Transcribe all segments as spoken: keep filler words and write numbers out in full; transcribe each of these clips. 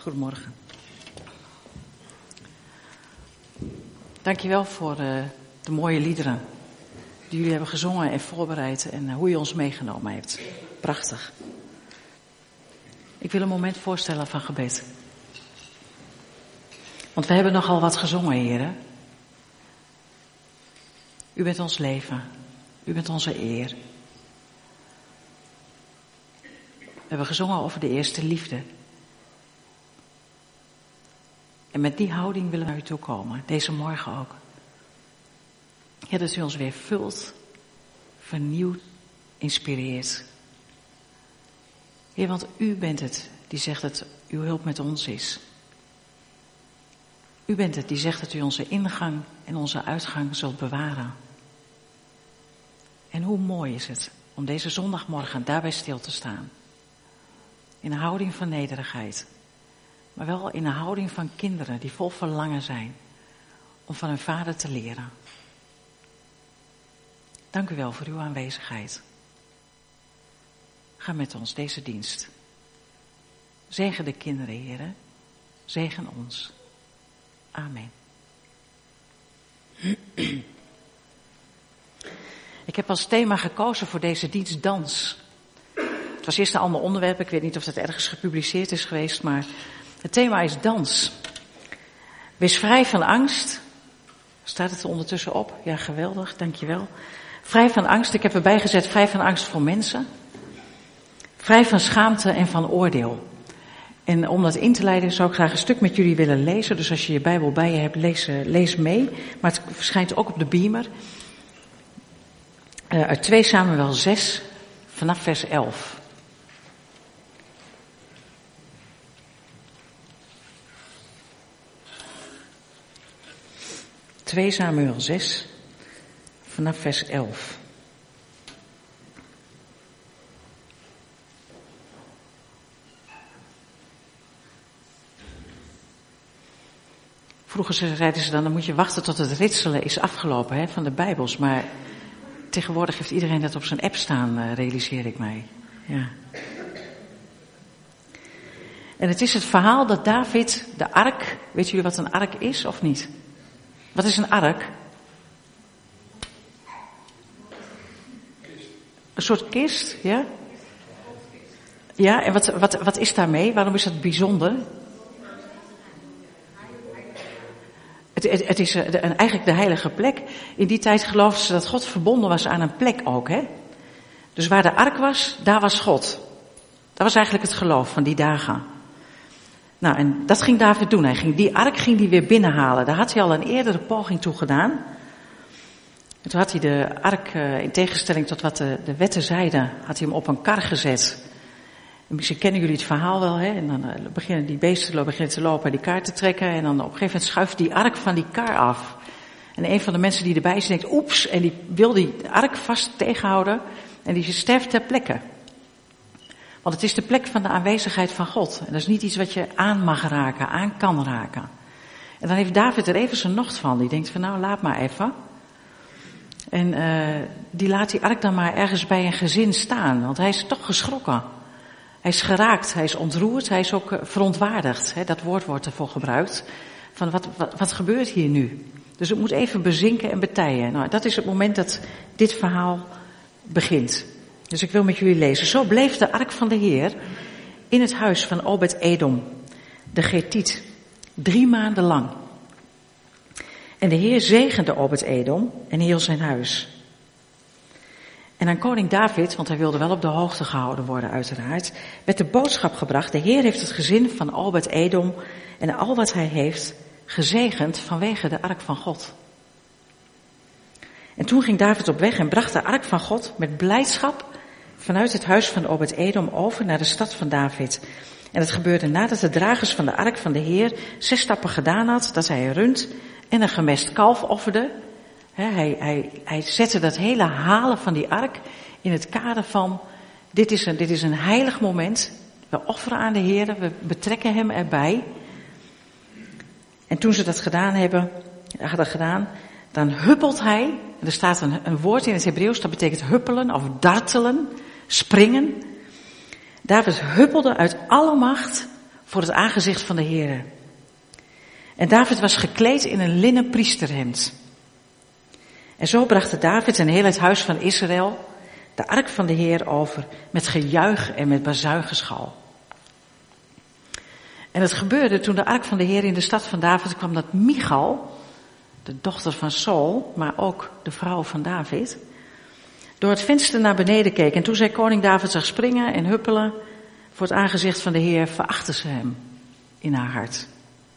Goedemorgen. Dankjewel voor uh, de mooie liederen die jullie hebben gezongen en voorbereid en uh, hoe je ons meegenomen hebt. Prachtig. Ik wil een moment voorstellen van gebed. Want we hebben nogal wat gezongen, heren. U bent ons leven. U bent onze eer. We hebben gezongen over de eerste liefde. En met die houding willen we naar u toe komen, deze morgen ook. Ja, dat u ons weer vult, vernieuwt, inspireert. Heer, want u bent het die zegt dat uw hulp met ons is. U bent het die zegt dat u onze ingang en onze uitgang zult bewaren. En hoe mooi is het om deze zondagmorgen daarbij stil te staan. In een houding van nederigheid. Maar wel in een houding van kinderen die vol verlangen zijn om van hun vader te leren. Dank u wel voor uw aanwezigheid. Ga met ons deze dienst. Zegen de kinderen, heren. Zegen ons. Amen. Ik heb als thema gekozen voor deze dienst dans. Het was eerst een ander onderwerp, ik weet niet of dat ergens gepubliceerd is geweest, maar het thema is dans. Wees vrij van angst. Staat het er ondertussen op? Ja, geweldig, dankjewel. Vrij van angst, ik heb erbij gezet, vrij van angst voor mensen. Vrij van schaamte en van oordeel. En om dat in te leiden zou ik graag een stuk met jullie willen lezen. Dus als je je Bijbel bij je hebt, lees, lees mee. Maar het verschijnt ook op de beamer. Uh, uit twee Samuel zes, vanaf vers elf. twee Samuel zes, vanaf vers elf. Vroeger zeiden ze dan, dan moet je wachten tot het ritselen is afgelopen hè, van de Bijbels. Maar tegenwoordig heeft iedereen dat op zijn app staan, uh, realiseer ik mij. Ja. En het is het verhaal dat David de ark, weet jullie wat een ark is of niet? Wat is een ark? Een soort kist, ja? Ja, en wat, wat, wat is daarmee? Waarom is dat bijzonder? Het, het, het is de, eigenlijk de heilige plek. In die tijd geloofden ze dat God verbonden was aan een plek ook, hè? Dus waar de ark was, daar was God. Dat was eigenlijk het geloof van die dagen. Nou, en dat ging David doen. Hij ging die ark ging die weer binnenhalen. Daar had hij al een eerdere poging toe gedaan. En toen had hij de ark, uh, in tegenstelling tot wat de, de wetten zeiden, had hij hem op een kar gezet. En misschien kennen jullie het verhaal wel, hè? En dan uh, beginnen die beesten beginnen te lopen en die kar te trekken. En dan op een gegeven moment schuift die ark van die kar af. En een van de mensen die erbij is, denkt, oeps, en die wil die ark vast tegenhouden. En die sterft ter plekke. Want het is de plek van de aanwezigheid van God. En dat is niet iets wat je aan mag raken, aan kan raken. En dan heeft David er even zijn nocht van. Die denkt van nou, laat maar even. En uh, die laat die ark dan maar ergens bij een gezin staan. Want hij is toch geschrokken. Hij is geraakt, hij is ontroerd, hij is ook uh, verontwaardigd. Hè, dat woord wordt ervoor gebruikt. Van wat, wat, wat gebeurt hier nu? Dus het moet even bezinken en betijen. Nou, dat is het moment dat dit verhaal begint. Dus ik wil met jullie lezen. Zo bleef de ark van de Heer in het huis van Obed-Edom, de Getiet, drie maanden lang. En de Heer zegende Obed-Edom en heel zijn huis. En aan koning David, want hij wilde wel op de hoogte gehouden worden uiteraard, werd de boodschap gebracht. De Heer heeft het gezin van Obed-Edom en al wat hij heeft gezegend vanwege de ark van God. En toen ging David op weg en bracht de ark van God met blijdschap vanuit het huis van Obed-Edom over naar de stad van David. En het gebeurde nadat de dragers van de ark van de Heer zes stappen gedaan had, dat hij een rund en een gemest kalf offerde. He, hij, hij, hij zette dat hele halen van die ark in het kader van, dit is een, dit is een heilig moment. We offeren aan de Heer, we betrekken hem erbij. En toen ze dat gedaan hebben, hadden gedaan, dan huppelt hij, en er staat een, een woord in het Hebreeuws, dat betekent huppelen of dartelen, springen. David huppelde uit alle macht voor het aangezicht van de Heere. En David was gekleed in een linnen priesterhemd. En zo brachten David en heel het huis van Israël de ark van de Heer over met gejuich en met bazuingeschal. En het gebeurde toen de ark van de Heer in de stad van David kwam, dat Michal, de dochter van Saul, maar ook de vrouw van David, door het venster naar beneden keek. En toen zij koning David zag springen en huppelen voor het aangezicht van de Heer, verachtte ze hem in haar hart.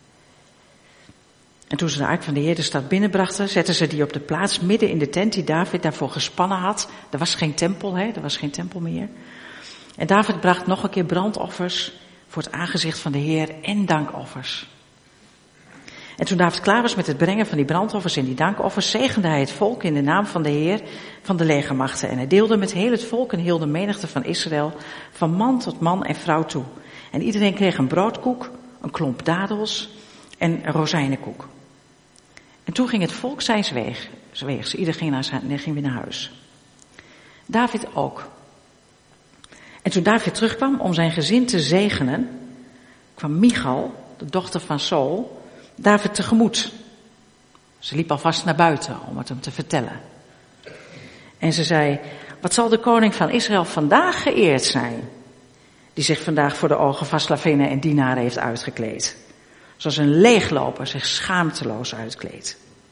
En toen ze de ark van de Heer de stad binnenbrachten, zetten ze die op de plaats midden in de tent die David daarvoor gespannen had. Er was geen tempel, hè? Er was geen tempel meer. En David bracht nog een keer brandoffers voor het aangezicht van de Heer en dankoffers. En toen David klaar was met het brengen van die brandoffers en die dankoffers, zegende hij het volk in de naam van de Heer van de legermachten. En hij deelde met heel het volk en heel de menigte van Israël, van man tot man en vrouw toe. En iedereen kreeg een broodkoek, een klomp dadels en een rozijnenkoek. En toen ging het volk zijns weeg, weegs. Ieder ging, naar zijn, ging weer naar huis. David ook. En toen David terugkwam om zijn gezin te zegenen, kwam Michal, de dochter van Saul, David tegemoet. Ze liep alvast naar buiten om het hem te vertellen. En ze zei, wat zal de koning van Israël vandaag geëerd zijn, die zich vandaag voor de ogen van slavinnen en dienaren heeft uitgekleed. Zoals een leegloper zich schaamteloos uitkleedt.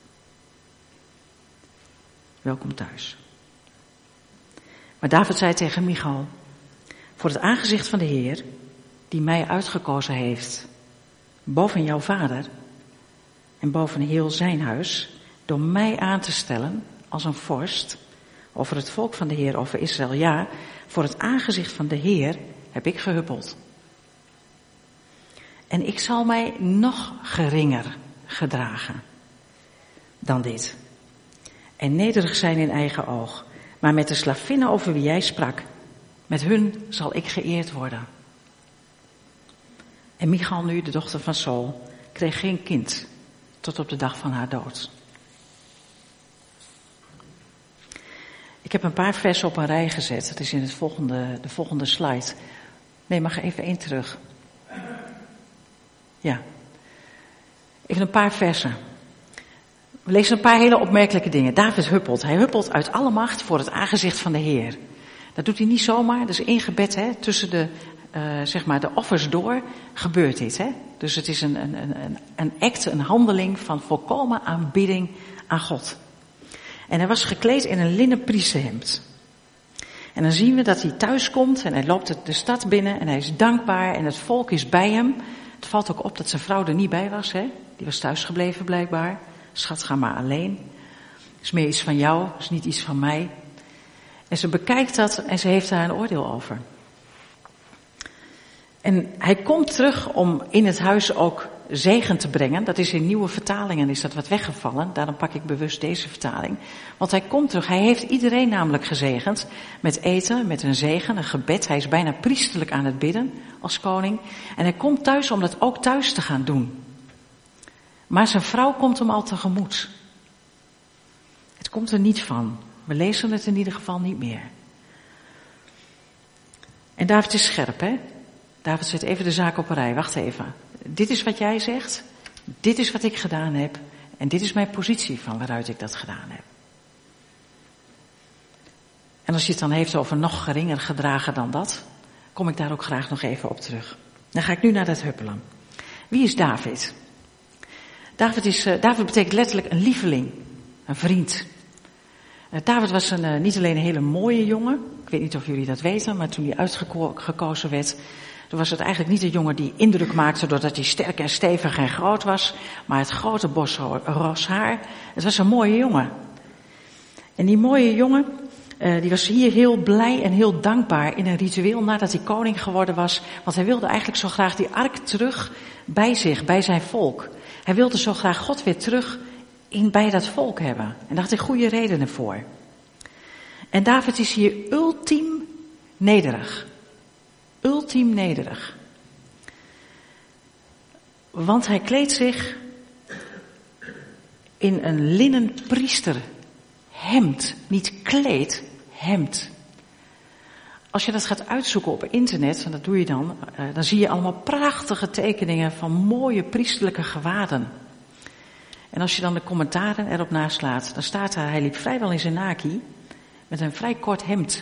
Welkom thuis. Maar David zei tegen Michal, voor het aangezicht van de Heer, die mij uitgekozen heeft, boven jouw vader en boven heel zijn huis, door mij aan te stellen als een vorst over het volk van de Heer, over Israël. Ja, voor het aangezicht van de Heer heb ik gehuppeld. En ik zal mij nog geringer gedragen dan dit. En nederig zijn in eigen oog. Maar met de slavinnen over wie jij sprak, met hun zal ik geëerd worden. En Michal nu, de dochter van Saul, kreeg geen kind tot op de dag van haar dood. Ik heb een paar versen op een rij gezet. Dat is in het volgende, de volgende slide. Nee, mag even één terug. Ja. Even een paar versen. We lezen een paar hele opmerkelijke dingen. David huppelt. Hij huppelt uit alle macht voor het aangezicht van de Heer. Dat doet hij niet zomaar. Dat is ingebed, hè, tussen de, uh, zeg maar de offers door gebeurt dit. Hè. Dus het is een, een, een, een act, een handeling van volkomen aanbidding aan God. En hij was gekleed in een linnen priesterhemd. En dan zien we dat hij thuis komt en hij loopt de stad binnen en hij is dankbaar en het volk is bij hem. Het valt ook op dat zijn vrouw er niet bij was, hè. Die was thuis gebleven blijkbaar. Schat, ga maar alleen. Het is meer iets van jou, het is niet iets van mij. En ze bekijkt dat en ze heeft daar een oordeel over. En hij komt terug om in het huis ook zegen te brengen. Dat is in nieuwe vertalingen is dat wat weggevallen. Daarom pak ik bewust deze vertaling. Want hij komt terug. Hij heeft iedereen namelijk gezegend. Met eten, met een zegen, een gebed. Hij is bijna priesterlijk aan het bidden als koning. En hij komt thuis om dat ook thuis te gaan doen. Maar zijn vrouw komt hem al tegemoet. Het komt er niet van. We lezen het in ieder geval niet meer. En David is scherp, hè? David zet even de zaak op een rij. Wacht even. Dit is wat jij zegt. Dit is wat ik gedaan heb. En dit is mijn positie van waaruit ik dat gedaan heb. En als je het dan heeft over nog geringer gedragen dan dat, kom ik daar ook graag nog even op terug. Dan ga ik nu naar dat huppelen. Wie is David? David, is, uh, David betekent letterlijk een lieveling. Een vriend. Uh, David was een, uh, niet alleen een hele mooie jongen. Ik weet niet of jullie dat weten, maar toen hij uitgekozen werd, toen was het eigenlijk niet een jongen die indruk maakte doordat hij sterk en stevig en groot was, maar het grote bos ros haar. Het was een mooie jongen. En die mooie jongen, uh, die was hier heel blij en heel dankbaar in een ritueel nadat hij koning geworden was. Want hij wilde eigenlijk zo graag die ark terug bij zich, bij zijn volk. Hij wilde zo graag God weer terug in, bij dat volk hebben. En daar had hij goede redenen voor. En David is hier ultiem nederig. Ultiem nederig. Want hij kleedt zich in een linnen priesterhemd. Niet kleed, hemd. als je dat gaat uitzoeken op internet, en dat doe je dan, uh, dan zie je allemaal prachtige tekeningen van mooie priesterlijke gewaden. En als je dan de commentaren erop naslaat, dan staat daar, hij liep vrijwel in zijn naki met een vrij kort hemd.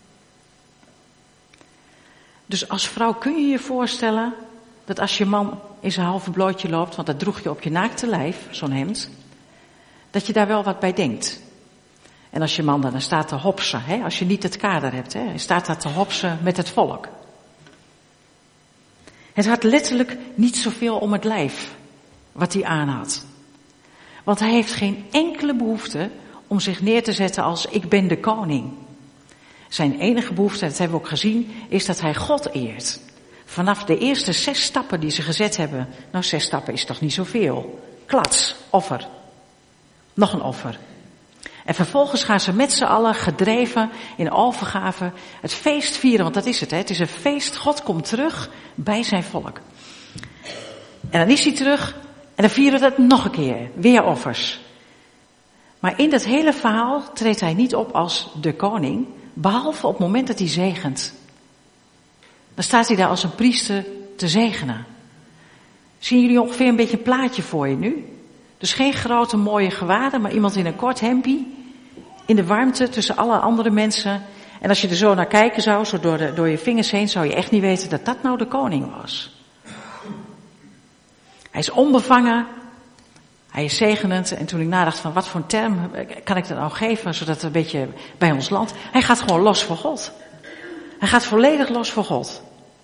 Dus als vrouw kun je je voorstellen dat als je man in zijn halve blootje loopt, want dat droeg je op je naakte lijf, zo'n hemd, dat je daar wel wat bij denkt. En als je man dan staat te hopsen, hè, als je niet het kader hebt, hè, hij staat daar te hopsen met het volk. Het had letterlijk niet zoveel om het lijf wat hij aan had. Want hij heeft geen enkele behoefte om zich neer te zetten als ik ben de koning. Zijn enige behoefte, dat hebben we ook gezien, is dat hij God eert. Vanaf de eerste zes stappen die ze gezet hebben, nou zes stappen is toch niet zoveel. Klats, offer. Nog een offer. En vervolgens gaan ze met z'n allen gedreven in overgave het feest vieren, want dat is het, hè? Het is een feest, God komt terug bij zijn volk. En dan is hij terug en dan vieren we dat nog een keer, weer offers. Maar in dat hele verhaal treedt hij niet op als de koning, behalve op het moment dat hij zegent. Dan staat hij daar als een priester te zegenen. Zien jullie ongeveer een beetje een plaatje voor je nu? Dus geen grote mooie gewaden, maar iemand in een kort hempie, in de warmte tussen alle andere mensen. En als je er zo naar kijken zou, zo door, de, door je vingers heen, zou je echt niet weten dat dat nou de koning was. Hij is onbevangen, hij is zegenend. En toen ik nadacht van wat voor een term kan ik dat nou geven, zodat het een beetje bij ons landt. Hij gaat gewoon los voor God. Hij gaat volledig los voor God.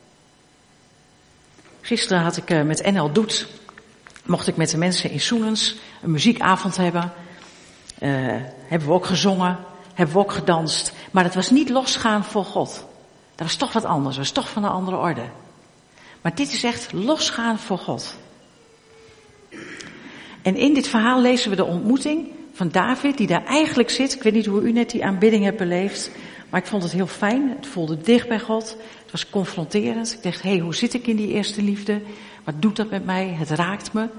Gisteren had ik met N L Doet, mocht ik met de mensen in Soenens een muziekavond hebben. Uh, hebben we ook gezongen, hebben we ook gedanst. Maar het was niet losgaan voor God. Dat was toch wat anders, dat was toch van een andere orde. Maar dit is echt losgaan voor God. En in dit verhaal lezen we de ontmoeting van David, die daar eigenlijk zit. Ik weet niet hoe u net die aanbidding hebt beleefd, maar ik vond het heel fijn. Het voelde dicht bij God. Het was confronterend. Ik dacht, hé, hey, hoe zit ik in die eerste liefde? Wat doet dat met mij? Het raakt me.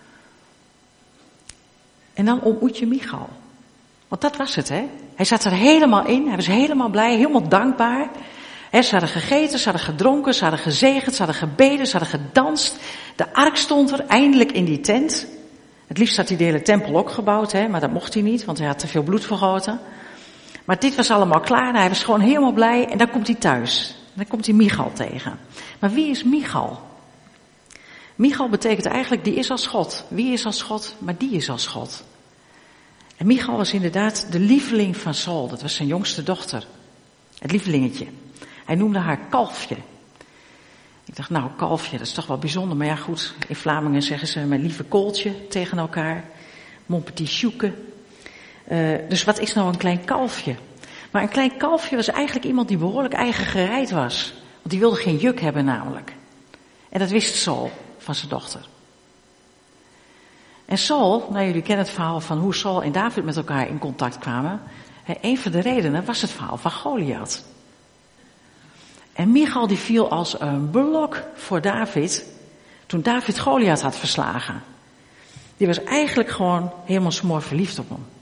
En dan ontmoet je Michal. Want dat was het, hè. Hij zat er helemaal in. Hij was helemaal blij, helemaal dankbaar. He, ze hadden gegeten, ze hadden gedronken, ze hadden gezegend, ze hadden gebeden, ze hadden gedanst. De ark stond er, eindelijk in die tent. Het liefst had hij de hele tempel ook gebouwd, hè, maar dat mocht hij niet, want hij had te veel bloed vergoten. Maar dit was allemaal klaar en hij was gewoon helemaal blij. En dan komt hij thuis. En dan komt hij Michal tegen. Maar wie is Michal? Michal betekent eigenlijk, die is als God. Wie is als God? Maar die is als God. En Michal was inderdaad de lieveling van Saul. Dat was zijn jongste dochter. Het lievelingetje. Hij noemde haar kalfje. Ik dacht, nou, kalfje, dat is toch wel bijzonder. Maar ja, goed, in Vlamingen zeggen ze mijn lieve kooltje tegen elkaar. Mon petit chouke. Uh, dus wat is nou een klein kalfje? Maar een klein kalfje was eigenlijk iemand die behoorlijk eigen gereid was. Want die wilde geen juk hebben namelijk. En dat wist Saul van zijn dochter. En Saul, nou jullie kennen het verhaal van hoe Saul en David met elkaar in contact kwamen. He, een van de redenen was het verhaal van Goliath. En Michal die viel als een blok voor David toen David Goliath had verslagen. Die was eigenlijk gewoon helemaal smoor verliefd op hem.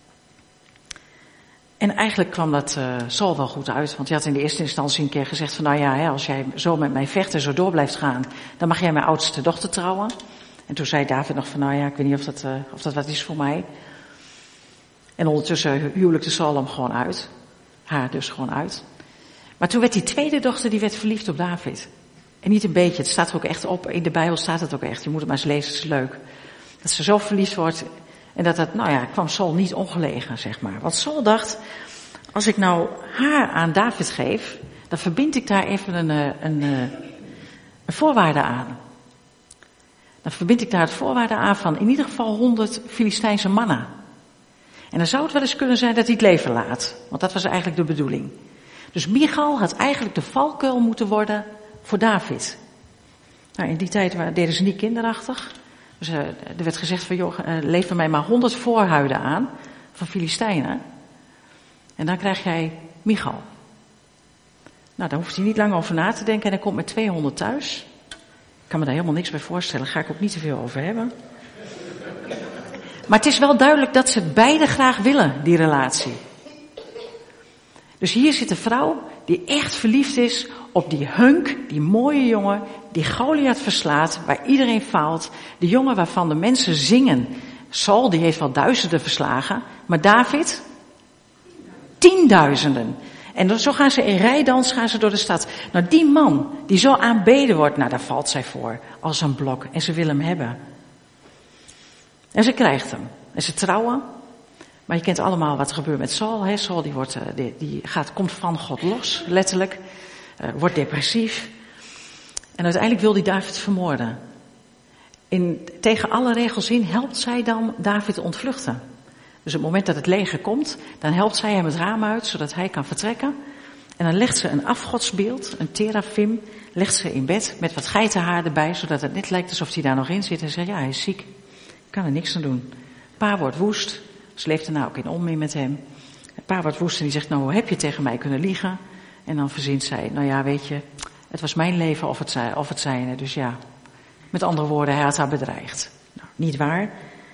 En eigenlijk kwam dat uh, Saul wel goed uit, want hij had in de eerste instantie een keer gezegd van nou ja, hè, als jij zo met mij vecht en zo door blijft gaan, dan mag jij mijn oudste dochter trouwen. En toen zei David nog van nou ja, ik weet niet of dat, uh, of dat wat is voor mij. En ondertussen huwelijkte Saul hem gewoon uit. Haar dus gewoon uit. Maar toen werd die tweede dochter, die werd verliefd op David. En niet een beetje, het staat er ook echt op, in de Bijbel staat het ook echt, je moet het maar eens lezen, het is leuk. Dat ze zo verliefd wordt en dat het, nou ja, kwam Saul niet ongelegen, zeg maar. Want Saul dacht, als ik nou haar aan David geef, dan verbind ik daar even een, een, een, een voorwaarde aan. Dan verbind ik daar het voorwaarde aan van in ieder geval honderd Filistijnse mannen. En dan zou het wel eens kunnen zijn dat hij het leven laat. Want dat was eigenlijk de bedoeling. Dus Michal had eigenlijk de valkuil moeten worden voor David. Nou, in die tijd deden ze niet kinderachtig. Dus uh, er werd gezegd van, joh, uh, lever mij maar honderd voorhuiden aan van Filistijnen. En dan krijg jij Michal. Nou, daar hoeft hij niet lang over na te denken en hij komt met tweehonderd thuis. Ik kan me daar helemaal niks bij voorstellen, daar ga ik ook niet te veel over hebben. Maar het is wel duidelijk dat ze beide graag willen, die relatie. Dus hier zit een vrouw die echt verliefd is op die hunk, die mooie jongen, die Goliath verslaat, waar iedereen faalt. De jongen waarvan de mensen zingen. Saul, die heeft wel duizenden verslagen, maar David, tienduizenden. En zo gaan ze in rijdans gaan ze door de stad. Nou, die man die zo aanbeden wordt, nou daar valt zij voor als een blok. En ze wil hem hebben. En ze krijgt hem. En ze trouwen. Maar je kent allemaal wat er gebeurt met Saul. Hè? Saul die, wordt, die, die gaat, komt van God los, letterlijk. Uh, wordt depressief. En uiteindelijk wil hij David vermoorden. In, tegen alle regels in helpt zij dan David ontvluchten. Dus op het moment dat het leger komt, dan helpt zij hem het raam uit, zodat hij kan vertrekken. En dan legt ze een afgodsbeeld, een terafim, legt ze in bed met wat geitenhaar erbij, zodat het net lijkt alsof hij daar nog in zit. En zegt, ja, hij is ziek. Ik kan er niks aan doen. Pa wordt woest. Ze leeft daarna ook in onmin met hem. Pa wordt woest en die zegt, nou, hoe heb je tegen mij kunnen liegen? En dan verzint zij, nou ja, weet je, het was mijn leven of het, of het zijne. Dus ja, met andere woorden, hij had haar bedreigd. Nou, niet waar.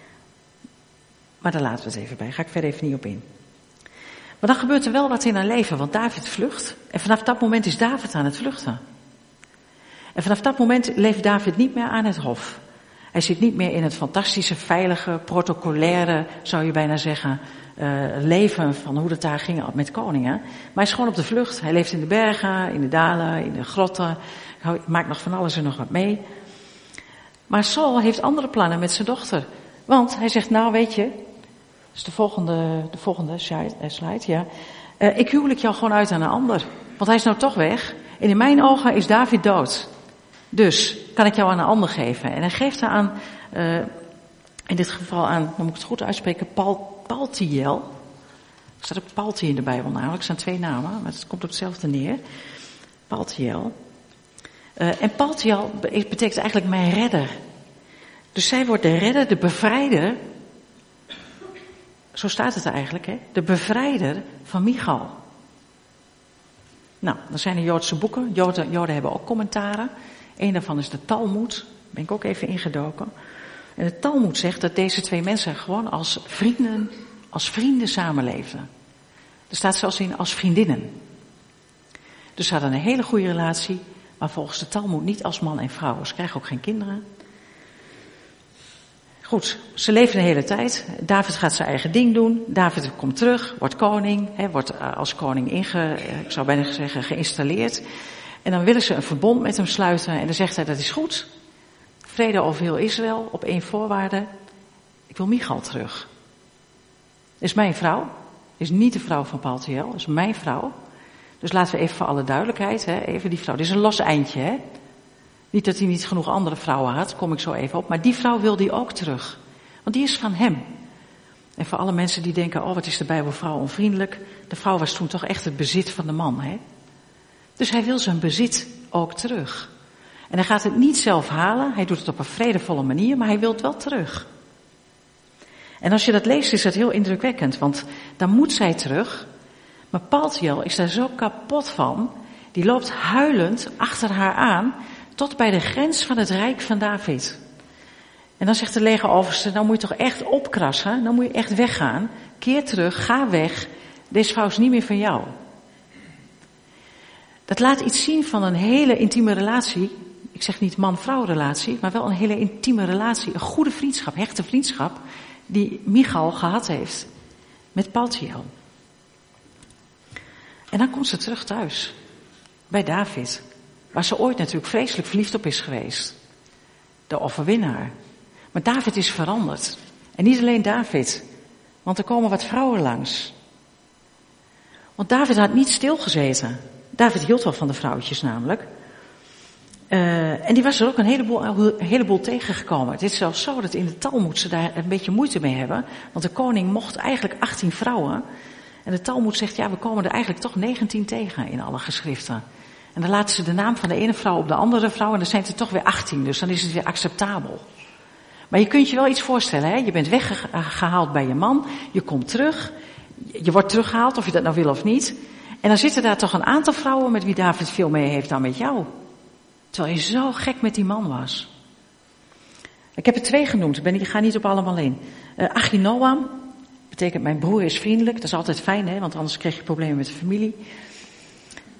Maar daar laten we het even bij. Ga ik verder even niet op in. Maar dan gebeurt er wel wat in haar leven, want David vlucht. En vanaf dat moment is David aan het vluchten. En vanaf dat moment leeft David niet meer aan het hof. Hij zit niet meer in het fantastische, veilige, protocolaire, zou je bijna zeggen, uh, leven van hoe het daar ging met koningen. Maar hij is gewoon op de vlucht. Hij leeft in de bergen, in de dalen, in de grotten. Hij maakt nog van alles en nog wat mee. Maar Saul heeft andere plannen met zijn dochter. Want hij zegt, nou weet je, dat is de volgende, de volgende slide, ja. Uh, ik huwelijk jou gewoon uit aan een ander. Want hij is nou toch weg. En in mijn ogen is David dood. Dus kan ik jou aan een ander geven. En hij geeft haar aan, uh, in dit geval aan, dan moet ik het goed uitspreken, Paul, Paltiel. Er staat ook Palti in de Bijbel namelijk, er zijn twee namen, maar het komt op hetzelfde neer. Paltiel. Uh, en Paltiel betekent eigenlijk mijn redder. Dus zij wordt de redder, de bevrijder. Zo staat het eigenlijk, hè? De bevrijder van Michal. Nou, dan zijn er Joodse boeken. Joden, Joden hebben ook commentaren. Eén daarvan is de Talmoed. Daar ben ik ook even ingedoken. En de Talmoed zegt dat deze twee mensen gewoon als vrienden, als vrienden samenleefden. Er staat zelfs in als vriendinnen. Dus ze hadden een hele goede relatie, maar volgens de Talmoed niet als man en vrouw. Ze krijgen ook geen kinderen. Goed, ze leven de hele tijd. David gaat zijn eigen ding doen. David komt terug, wordt koning, hè, wordt als koning inge, ik zou bijna zeggen, geïnstalleerd. En dan willen ze een verbond met hem sluiten. En dan zegt hij, dat is goed. Vrede over heel Israël, op één voorwaarde. Ik wil Michal terug. Is mijn vrouw. Is niet de vrouw van Paltiel, is mijn vrouw. Dus laten we even voor alle duidelijkheid, hè, even die vrouw. Dit is een los eindje, hè. Niet dat hij niet genoeg andere vrouwen had, kom ik zo even op. Maar die vrouw wil hij ook terug. Want die is van hem. En voor alle mensen die denken, oh wat is de Bijbelvrouw onvriendelijk. De vrouw was toen toch echt het bezit van de man, hè. Dus hij wil zijn bezit ook terug. En hij gaat het niet zelf halen. Hij doet het op een vredevolle manier, maar hij wil het wel terug. En als je dat leest is dat heel indrukwekkend. Want dan moet zij terug. Maar Paltiel is daar zo kapot van. Die loopt huilend achter haar aan. Tot bij de grens van het rijk van David. En dan zegt de legeroverste, nou moet je toch echt opkrassen. Nou moet je echt weggaan. Keer terug, ga weg. Deze vrouw is niet meer van jou. Dat laat iets zien van een hele intieme relatie. Ik zeg niet man-vrouw relatie, maar wel een hele intieme relatie. Een goede vriendschap, hechte vriendschap, die Michal gehad heeft met Paltiel. En dan komt ze terug thuis, bij David. Waar ze ooit natuurlijk vreselijk verliefd op is geweest. De overwinnaar. Maar David is veranderd. En niet alleen David, want er komen wat vrouwen langs. Want David had niet stilgezeten. David hield wel van de vrouwtjes namelijk. Uh, en die was er ook een heleboel, een heleboel tegengekomen. Het is zelfs zo dat in de Talmoed ze daar een beetje moeite mee hebben. Want de koning mocht eigenlijk achttien vrouwen. En de Talmoed zegt, ja, we komen er eigenlijk toch negentien tegen in alle geschriften. En dan laten ze de naam van de ene vrouw op de andere vrouw en dan zijn het er toch weer achttien. Dus dan is het weer acceptabel. Maar je kunt je wel iets voorstellen, hè? Je bent weggehaald bij je man, je komt terug, je wordt teruggehaald of je dat nou wil of niet. En dan zitten daar toch een aantal vrouwen met wie David veel mee heeft dan met jou. Terwijl je zo gek met die man was. Ik heb er twee genoemd, ik ga niet op allemaal in. Uh, Achinoam, betekent mijn broer is vriendelijk, dat is altijd fijn, hè? Want anders krijg je problemen met de familie.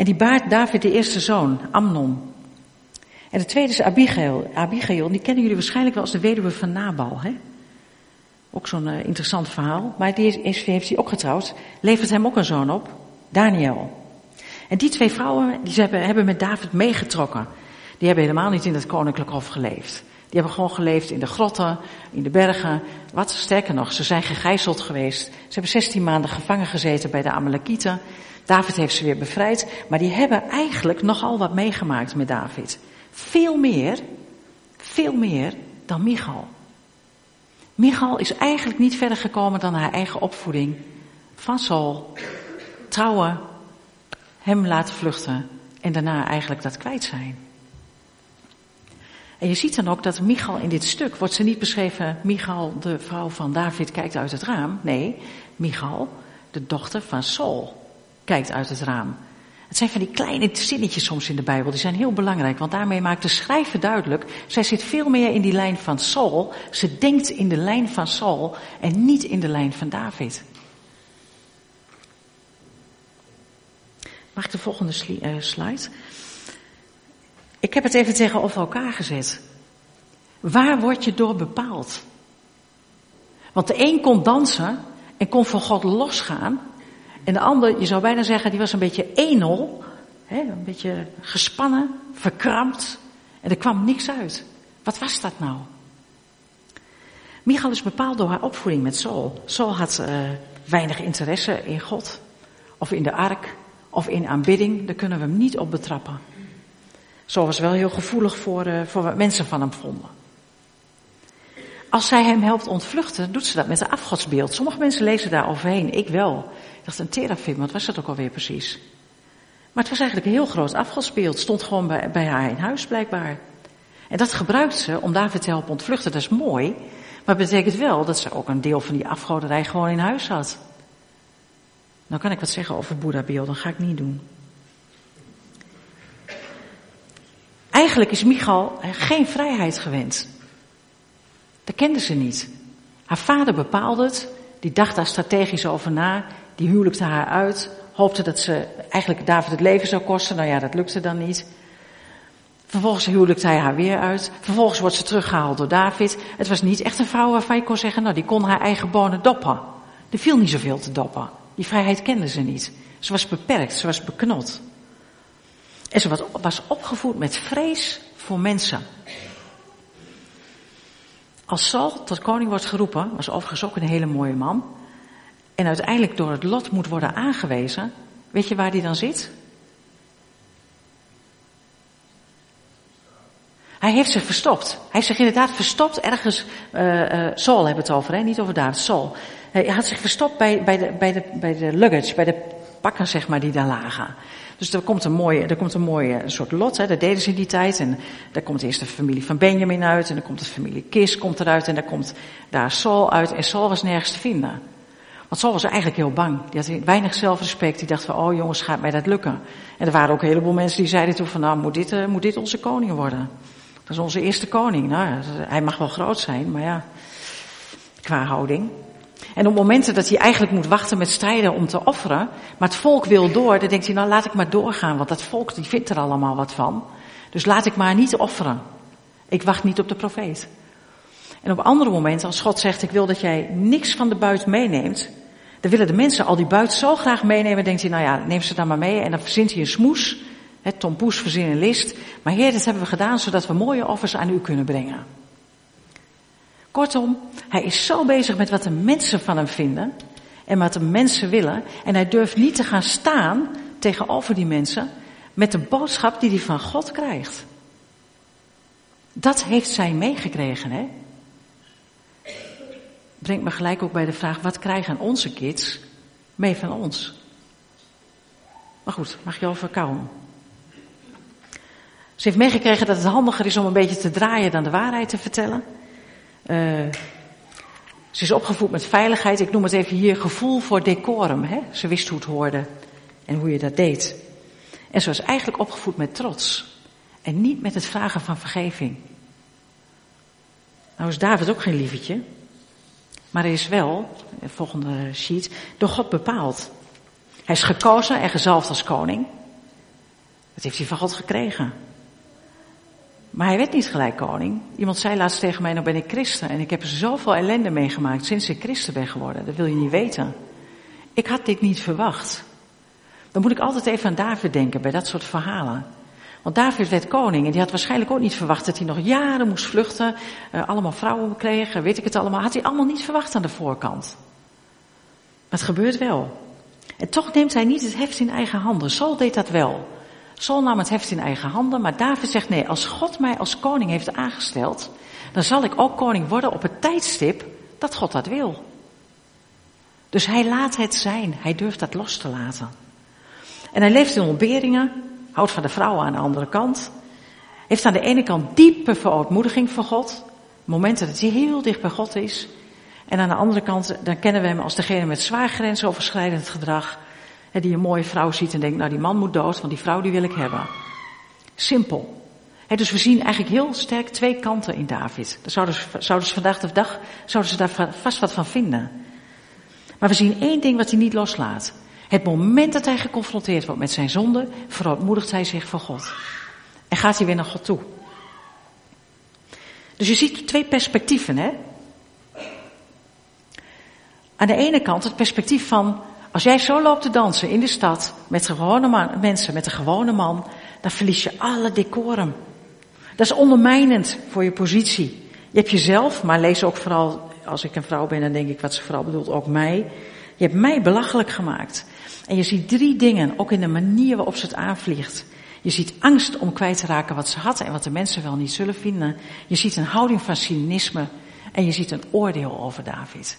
En die baart David de eerste zoon, Amnon. En de tweede is Abigail. Abigail, die kennen jullie waarschijnlijk wel als de weduwe van Nabal, hè? Ook zo'n uh, interessant verhaal. Maar die is, heeft hij ook getrouwd. Levert hem ook een zoon op, Daniel. En die twee vrouwen, die hebben, hebben met David meegetrokken. Die hebben helemaal niet in het koninklijk hof geleefd. Die hebben gewoon geleefd in de grotten, in de bergen. Wat sterker nog, ze zijn gegijzeld geweest. Ze hebben zestien maanden gevangen gezeten bij de Amalekieten. David heeft ze weer bevrijd. Maar die hebben eigenlijk nogal wat meegemaakt met David. Veel meer, veel meer dan Michal. Michal is eigenlijk niet verder gekomen dan haar eigen opvoeding van Saul. Trouwen, hem laten vluchten en daarna eigenlijk dat kwijt zijn. En je ziet dan ook dat Michal in dit stuk, wordt ze niet beschreven, Michal, de vrouw van David, kijkt uit het raam. Nee, Michal, de dochter van Saul, kijkt uit het raam. Het zijn van die kleine zinnetjes soms in de Bijbel, die zijn heel belangrijk, want daarmee maakt de schrijver duidelijk, zij zit veel meer in die lijn van Saul, ze denkt in de lijn van Saul en niet in de lijn van David. Mag ik de volgende sli- uh, slide? Ik heb het even tegenover elkaar gezet. Waar word je door bepaald? Want de een kon dansen en kon voor God losgaan. En de ander, je zou bijna zeggen, die was een beetje enel. Hè, een beetje gespannen, verkrampt. En er kwam niks uit. Wat was dat nou? Michal is bepaald door haar opvoeding met Saul. Saul had uh, weinig interesse in God. Of in de ark. Of in aanbidding. Daar kunnen we hem niet op betrappen. Saul was wel heel gevoelig voor, uh, voor wat mensen van hem vonden. Als zij hem helpt ontvluchten, doet ze dat met een afgodsbeeld. Sommige mensen lezen daar overheen, ik wel. Ik dacht, een terafim, wat was dat ook alweer precies? Maar het was eigenlijk een heel groot afgodsbeeld. Het stond gewoon bij, bij haar in huis blijkbaar. En dat gebruikt ze om David te helpen ontvluchten. Dat is mooi. Maar het betekent wel dat ze ook een deel van die afgoderij gewoon in huis had. Nou kan ik wat zeggen over Boeddha-beelden, dat ga ik niet doen. Eigenlijk is Michal geen vrijheid gewend. Dat kende ze niet. Haar vader bepaalde het, die dacht daar strategisch over na, die huwelijkte haar uit, hoopte dat ze eigenlijk David het leven zou kosten, nou ja, dat lukte dan niet. Vervolgens huwelijkte hij haar weer uit, vervolgens wordt ze teruggehaald door David. Het was niet echt een vrouw waarvan je kon zeggen, nou die kon haar eigen bonen doppen. Er viel niet zoveel te doppen. Die vrijheid kende ze niet. Ze was beperkt, ze was beknot. En ze was opgevoed met vrees voor mensen. Als Saul tot koning wordt geroepen, was overigens ook een hele mooie man, en uiteindelijk door het lot moet worden aangewezen, weet je waar die dan zit? Hij heeft zich verstopt. Hij heeft zich inderdaad verstopt ergens, uh, uh, Saul hebben het over, hè? Niet over David, Saul. Hij had zich verstopt bij, bij, de, bij, de, bij de luggage, bij de pakken zeg maar die daar lagen. Dus er komt een mooie, er komt een mooie soort lot, hè, dat deden ze in die tijd. En daar komt eerst de familie van Benjamin uit, en dan komt de familie Kis komt eruit, en dan komt daar Saul uit. En Saul was nergens te vinden. Want Saul was eigenlijk heel bang. Die had weinig zelfrespect. Die dacht van, oh jongens, gaat mij dat lukken? En er waren ook een heleboel mensen die zeiden toen van, nou, moet dit, uh, moet dit onze koning worden? Dat is onze eerste koning. Nou, hij mag wel groot zijn, maar ja, qua houding. En op momenten dat hij eigenlijk moet wachten met strijden om te offeren, maar het volk wil door, dan denkt hij, nou laat ik maar doorgaan, want dat volk die vindt er allemaal wat van. Dus laat ik maar niet offeren. Ik wacht niet op de profeet. En op andere momenten, als God zegt, ik wil dat jij niks van de buit meeneemt, dan willen de mensen al die buit zo graag meenemen, denkt hij, nou ja, neem ze dan maar mee. En dan verzint hij een smoes, hè, Tom Poes verzin een list. Maar Heer, dat hebben we gedaan, zodat we mooie offers aan u kunnen brengen. Kortom, hij is zo bezig met wat de mensen van hem vinden en wat de mensen willen. En hij durft niet te gaan staan tegenover die mensen met de boodschap die hij van God krijgt. Dat heeft zij meegekregen, hè? Brengt me gelijk ook bij de vraag, wat krijgen onze kids mee van ons? Maar goed, mag je over kauwen. Ze heeft meegekregen dat het handiger is om een beetje te draaien dan de waarheid te vertellen. Uh, ze is opgevoed met veiligheid. Ik noem het even hier gevoel voor decorum. Hè? Ze wist hoe het hoorde en hoe je dat deed. En ze was eigenlijk opgevoed met trots. En niet met het vragen van vergeving. Nou is David ook geen lievetje. Maar hij is wel, de volgende sheet, door God bepaald. Hij is gekozen en gezalfd als koning. Dat heeft hij van God gekregen. Maar hij werd niet gelijk koning. Iemand zei laatst tegen mij, nou ben ik christen. En ik heb zoveel ellende meegemaakt sinds ik christen ben geworden. Dat wil je niet weten. Ik had dit niet verwacht. Dan moet ik altijd even aan David denken bij dat soort verhalen. Want David werd koning en die had waarschijnlijk ook niet verwacht dat hij nog jaren moest vluchten. Uh, allemaal vrouwen kreeg, weet ik het allemaal. Had hij allemaal niet verwacht aan de voorkant. Maar het gebeurt wel. En toch neemt hij niet het heft in eigen handen. Saul deed dat wel. Saul nam het heft in eigen handen, maar David zegt nee, als God mij als koning heeft aangesteld, dan zal ik ook koning worden op het tijdstip dat God dat wil. Dus hij laat het zijn, hij durft dat los te laten. En hij leeft in ontberingen, houdt van de vrouwen aan de andere kant, heeft aan de ene kant diepe verootmoediging voor God, momenten dat hij heel dicht bij God is, en aan de andere kant, dan kennen we hem als degene met zwaar grensoverschrijdend gedrag, die een mooie vrouw ziet en denkt, nou die man moet dood, want die vrouw die wil ik hebben. Simpel. He, dus we zien eigenlijk heel sterk twee kanten in David. Daar zouden ze, zouden ze vandaag de dag zouden ze daar vast wat van vinden. Maar we zien één ding wat hij niet loslaat. Het moment dat hij geconfronteerd wordt met zijn zonde, verootmoedigt hij zich voor God. En gaat hij weer naar God toe. Dus je ziet twee perspectieven, hè. Aan de ene kant het perspectief van, als jij zo loopt te dansen in de stad met gewone man, mensen, met een gewone man, dan verlies je alle decorum. Dat is ondermijnend voor je positie. Je hebt jezelf, maar lees ook vooral, als ik een vrouw ben, dan denk ik wat ze vooral bedoelt, ook mij. Je hebt mij belachelijk gemaakt. En je ziet drie dingen, ook in de manier waarop ze het aanvliegt. Je ziet angst om kwijt te raken wat ze had en wat de mensen wel niet zullen vinden. Je ziet een houding van cynisme en je ziet een oordeel over David.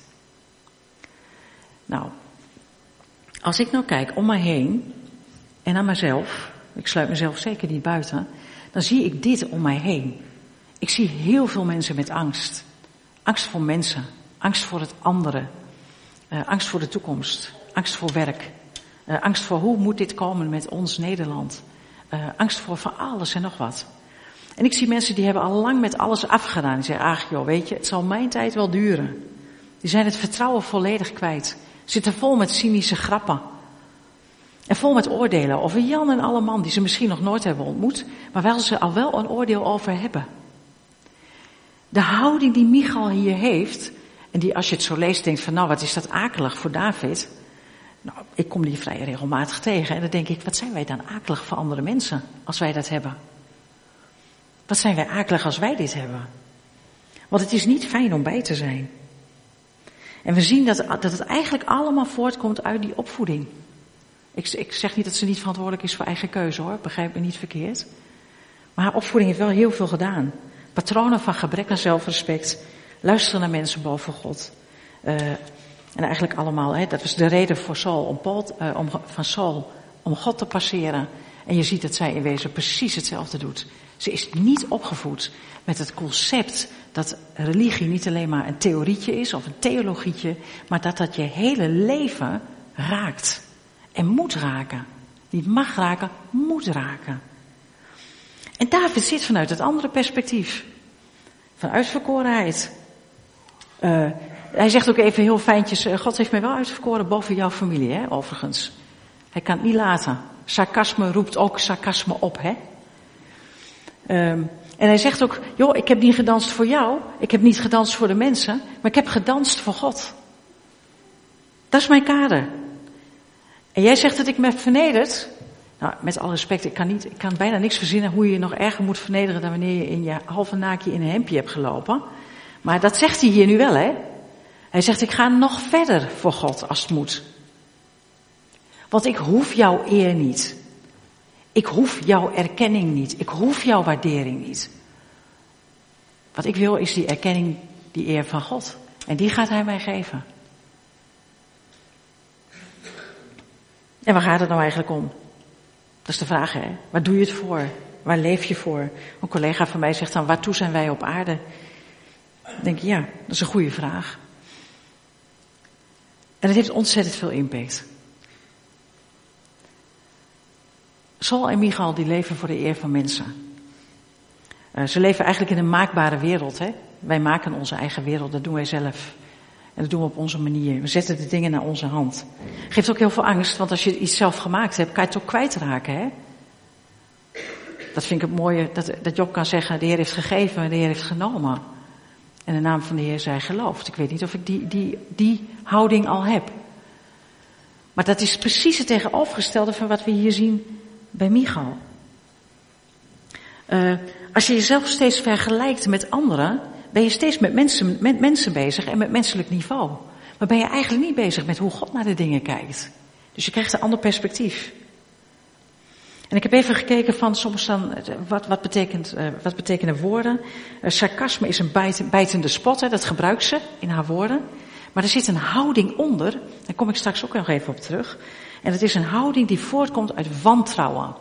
Nou, als ik nou kijk om me heen en aan mezelf, ik sluit mezelf zeker niet buiten, dan zie ik dit om mij heen. Ik zie heel veel mensen met angst. Angst voor mensen, angst voor het andere, uh, angst voor de toekomst, angst voor werk, uh, angst voor hoe moet dit komen met ons Nederland, uh, angst voor van alles en nog wat. En ik zie mensen die hebben al lang met alles afgedaan. Die zeggen, ach joh, weet je, het zal mijn tijd wel duren. Die zijn het vertrouwen volledig kwijt. Zitten vol met cynische grappen. En vol met oordelen over Jan en alle man die ze misschien nog nooit hebben ontmoet, maar wel ze al wel een oordeel over hebben. De houding die Michal hier heeft, en die als je het zo leest denkt van nou wat is dat akelig voor David. Nou, ik kom die vrij regelmatig tegen en dan denk ik, wat zijn wij dan akelig voor andere mensen als wij dat hebben? Wat zijn wij akelig als wij dit hebben? Want het is niet fijn om bij te zijn. En we zien dat, dat het eigenlijk allemaal voortkomt uit die opvoeding. Ik, ik zeg niet dat ze niet verantwoordelijk is voor eigen keuze hoor, begrijp me niet verkeerd. Maar haar opvoeding heeft wel heel veel gedaan. Patronen van gebrek aan zelfrespect, luisteren naar mensen boven God. Uh, en eigenlijk allemaal, hè, dat was de reden voor Saul om, Paul, uh, om van Saul om God te passeren. En je ziet dat zij in wezen precies hetzelfde doet. Ze is niet opgevoed met het concept dat religie niet alleen maar een theorietje is of een theologietje, maar dat dat je hele leven raakt. En moet raken. Niet mag raken, moet raken. En David zit vanuit het andere perspectief. Van uitverkorenheid. Uh, hij zegt ook even heel fijntjes, uh, God heeft mij wel uitverkoren boven jouw familie, hè, overigens. Hij kan het niet laten. Sarcasme roept ook sarcasme op, hè. Um, en hij zegt ook, joh, ik heb niet gedanst voor jou, ik heb niet gedanst voor de mensen, maar ik heb gedanst voor God. Dat is mijn kader. En jij zegt dat ik me heb vernederd. Nou, met alle respect, ik kan, niet, ik kan bijna niks verzinnen hoe je je nog erger moet vernederen dan wanneer je in je halve naakje in een hemdje hebt gelopen. Maar dat zegt hij hier nu wel, hè. Hij zegt, ik ga nog verder voor God als het moet. Want ik hoef jouw eer niet. Ik hoef jouw erkenning niet. Ik hoef jouw waardering niet. Wat ik wil is die erkenning, die eer van God. En die gaat hij mij geven. En waar gaat het nou eigenlijk om? Dat is de vraag, hè. Waar doe je het voor? Waar leef je voor? Een collega van mij zegt dan, waartoe zijn wij op aarde? Dan denk ik, ja, dat is een goede vraag. En het heeft ontzettend veel impact. Saul en Michal, die leven voor de eer van mensen. Uh, ze leven eigenlijk in een maakbare wereld, hè. Wij maken onze eigen wereld, dat doen wij zelf. En dat doen we op onze manier. We zetten de dingen naar onze hand. Geeft ook heel veel angst, want als je iets zelf gemaakt hebt, kan je het ook kwijtraken, hè. Dat vind ik het mooie, dat, dat Job kan zeggen, de Heer heeft gegeven en de Heer heeft genomen. En de naam van de Heer zij gelooft. Ik weet niet of ik die, die, die houding al heb. Maar dat is precies het tegenovergestelde van wat we hier zien bij Michal. Uh, als je jezelf steeds vergelijkt met anderen, ben je steeds met mensen, met mensen bezig en met menselijk niveau. Maar ben je eigenlijk niet bezig met hoe God naar de dingen kijkt. Dus je krijgt een ander perspectief. En ik heb even gekeken van soms dan, wat, wat, betekent, uh, wat betekenen woorden. Uh, sarcasme is een bijt, bijtende spot, hè, dat gebruikt ze in haar woorden. Maar er zit een houding onder, daar kom ik straks ook nog even op terug. En het is een houding die voortkomt uit wantrouwen.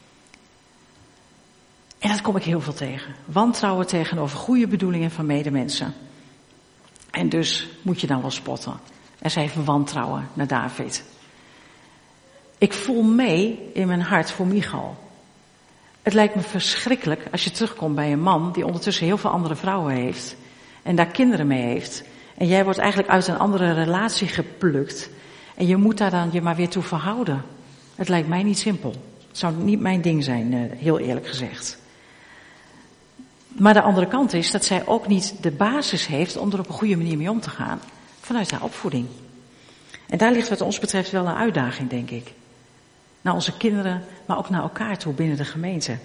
En dat kom ik heel veel tegen. Wantrouwen tegenover goede bedoelingen van medemensen. En dus moet je dan wel spotten. En zij heeft wantrouwen naar David. Ik voel mee in mijn hart voor Michal. Het lijkt me verschrikkelijk als je terugkomt bij een man die ondertussen heel veel andere vrouwen heeft. En daar kinderen mee heeft. En jij wordt eigenlijk uit een andere relatie geplukt. En je moet daar dan je maar weer toe verhouden. Het lijkt mij niet simpel. Het zou niet mijn ding zijn, heel eerlijk gezegd. Maar de andere kant is dat zij ook niet de basis heeft om er op een goede manier mee om te gaan. Vanuit haar opvoeding. En daar ligt wat ons betreft wel een uitdaging, denk ik. Naar onze kinderen, maar ook naar elkaar toe binnen de gemeente.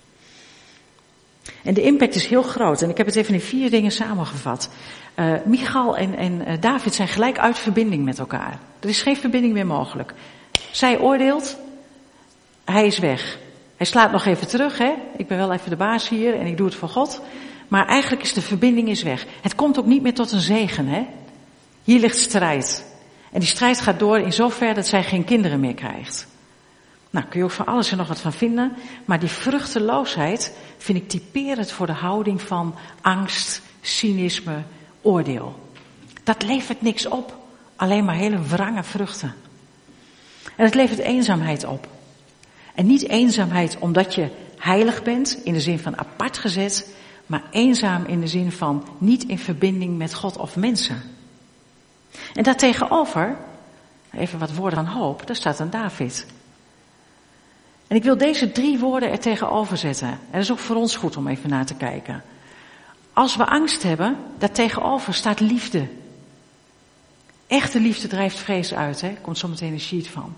En de impact is heel groot. En ik heb het even in vier dingen samengevat. Uh, Michal en, en uh, David zijn gelijk uit verbinding met elkaar. Er is geen verbinding meer mogelijk. Zij oordeelt, hij is weg. Hij slaat nog even terug, hè. Ik ben wel even de baas hier en ik doe het voor God. Maar eigenlijk is de verbinding is weg. Het komt ook niet meer tot een zegen, hè. Hier ligt strijd. En die strijd gaat door in zover dat zij geen kinderen meer krijgt. Nou, kun je ook van alles en nog wat van vinden. Maar die vruchteloosheid vind ik typerend voor de houding van angst, cynisme, oordeel. Dat levert niks op. Alleen maar hele wrange vruchten. En het levert eenzaamheid op. En niet eenzaamheid omdat je heilig bent, in de zin van apart gezet, maar eenzaam in de zin van niet in verbinding met God of mensen. En daartegenover, even wat woorden van hoop, daar staat een David. En ik wil deze drie woorden er tegenover zetten. En dat is ook voor ons goed om even naar te kijken. Als we angst hebben, daartegenover staat liefde. Echte liefde drijft vrees uit, hè? Komt zo meteen een sheet van.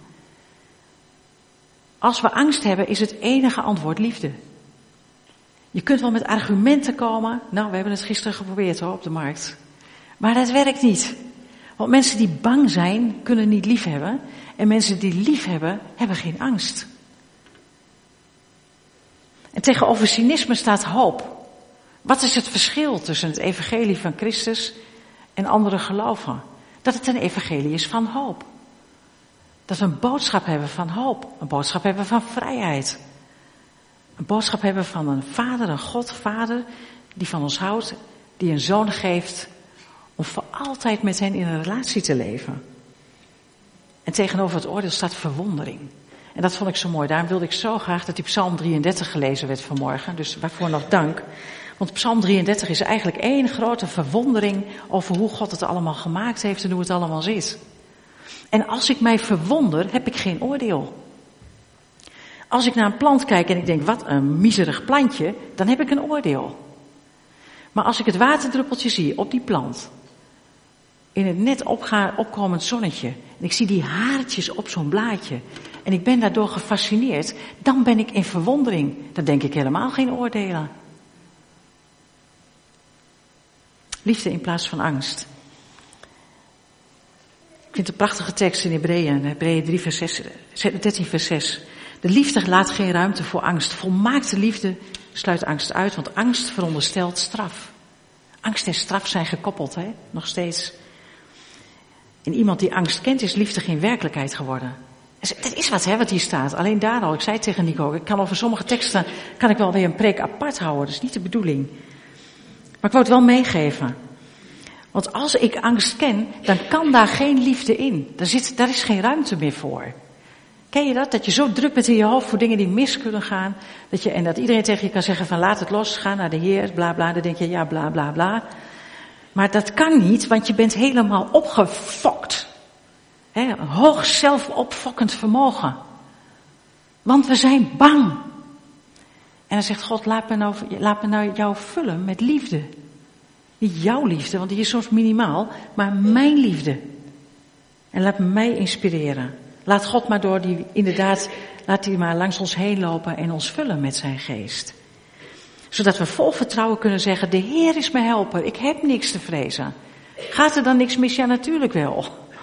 Als we angst hebben, is het enige antwoord liefde. Je kunt wel met argumenten komen. Nou, we hebben het gisteren geprobeerd hoor, op de markt. Maar dat werkt niet. Want mensen die bang zijn, kunnen niet lief hebben. En mensen die lief hebben, hebben geen angst. En tegenover cynisme staat hoop. Wat is het verschil tussen het evangelie van Christus en andere geloven? Dat het een evangelie is van hoop. Dat we een boodschap hebben van hoop. Een boodschap hebben van vrijheid. Een boodschap hebben van een vader, een God, vader, die van ons houdt, die een zoon geeft om voor altijd met hen in een relatie te leven. En tegenover het oordeel staat verwondering. En dat vond ik zo mooi. Daarom wilde ik zo graag dat die Psalm drieëndertig gelezen werd vanmorgen. Dus waarvoor nog dank. Want Psalm drieëndertig is eigenlijk één grote verwondering over hoe God het allemaal gemaakt heeft en hoe het allemaal zit. En als ik mij verwonder, heb ik geen oordeel. Als ik naar een plant kijk en ik denk, wat een miserig plantje, dan heb ik een oordeel. Maar als ik het waterdruppeltje zie op die plant, in het net opga, opkomend zonnetje, en ik zie die haartjes op zo'n blaadje, en ik ben daardoor gefascineerd, dan ben ik in verwondering. Dan denk ik helemaal geen oordelen. Liefde in plaats van angst. Ik vind het een prachtige tekst in Hebreeën, Hebreeën drie vers zes, dertien vers zes. De liefde laat geen ruimte voor angst. Volmaakte liefde sluit angst uit, want angst veronderstelt straf. Angst en straf zijn gekoppeld, hè? Nog steeds. In iemand die angst kent is liefde geen werkelijkheid geworden. Dat is wat, hè, wat hier staat. Alleen daar al, ik zei tegen Nico, ik kan over sommige teksten, kan ik wel weer een preek apart houden. Dat is niet de bedoeling. Maar ik wou het wel meegeven. Want als ik angst ken, dan kan daar geen liefde in. Daar, zit, daar is geen ruimte meer voor. Ken je dat? Dat je zo druk bent in je hoofd voor dingen die mis kunnen gaan. Dat je, en dat iedereen tegen je kan zeggen van laat het los, ga naar de Heer, bla bla. Dan denk je ja, bla bla bla. Maar dat kan niet, want je bent helemaal opgefokt. He, een hoog zelfopfokkend vermogen. Want we zijn bang. En dan zegt God, laat me nou, laat me nou jou vullen met liefde. Niet jouw liefde, want die is soms minimaal, maar mijn liefde. En laat mij inspireren. Laat God maar door die, inderdaad, laat hij maar langs ons heen lopen en ons vullen met zijn geest. Zodat we vol vertrouwen kunnen zeggen, de Heer is mijn helper, ik heb niks te vrezen. Gaat er dan niks mis? Ja, natuurlijk wel.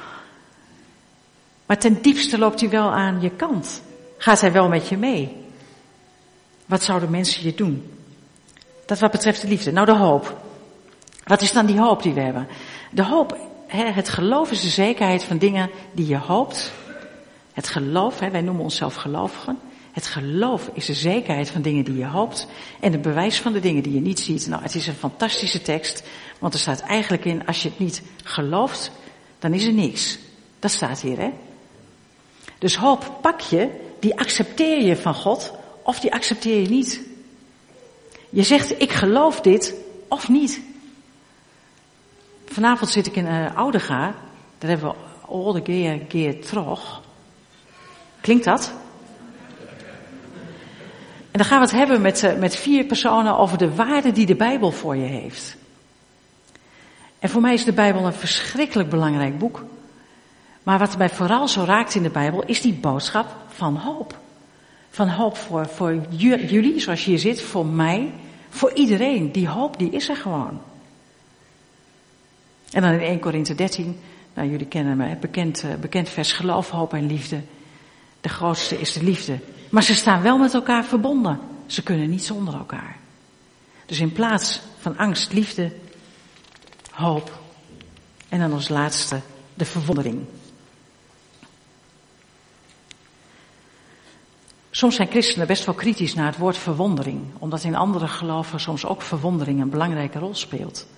Maar ten diepste loopt hij wel aan je kant. Gaat hij wel met je mee? Wat zouden mensen je doen? Dat wat betreft de liefde. Nou, de hoop. Wat is dan die hoop die we hebben? De hoop, het geloof is de zekerheid van dingen die je hoopt. Het geloof, wij noemen onszelf gelovigen. Het geloof is de zekerheid van dingen die je hoopt. En het bewijs van de dingen die je niet ziet. Nou, het is een fantastische tekst. Want er staat eigenlijk in, als je het niet gelooft, dan is er niks. Dat staat hier, hè. Dus hoop pak je, die accepteer je van God, of die accepteer je niet. Je zegt, ik geloof dit, of niet. Vanavond zit ik in uh, Oudega. Daar hebben we Oude Geer Geer Trog. Klinkt dat? En dan gaan we het hebben met, uh, met vier personen over de waarde die de Bijbel voor je heeft. En voor mij is de Bijbel een verschrikkelijk belangrijk boek. Maar wat mij vooral zo raakt in de Bijbel is die boodschap van hoop. Van hoop voor, voor jullie, zoals je hier zit, voor mij, voor iedereen. Die hoop, die is er gewoon. En dan in Eerste Korinthe dertien, nou jullie kennen me, bekend, bekend vers geloof, hoop en liefde. De grootste is de liefde. Maar ze staan wel met elkaar verbonden. Ze kunnen niet zonder elkaar. Dus in plaats van angst, liefde, hoop. En dan als laatste de verwondering. Soms zijn christenen best wel kritisch naar het woord verwondering. Omdat in andere geloven soms ook verwondering een belangrijke rol speelt.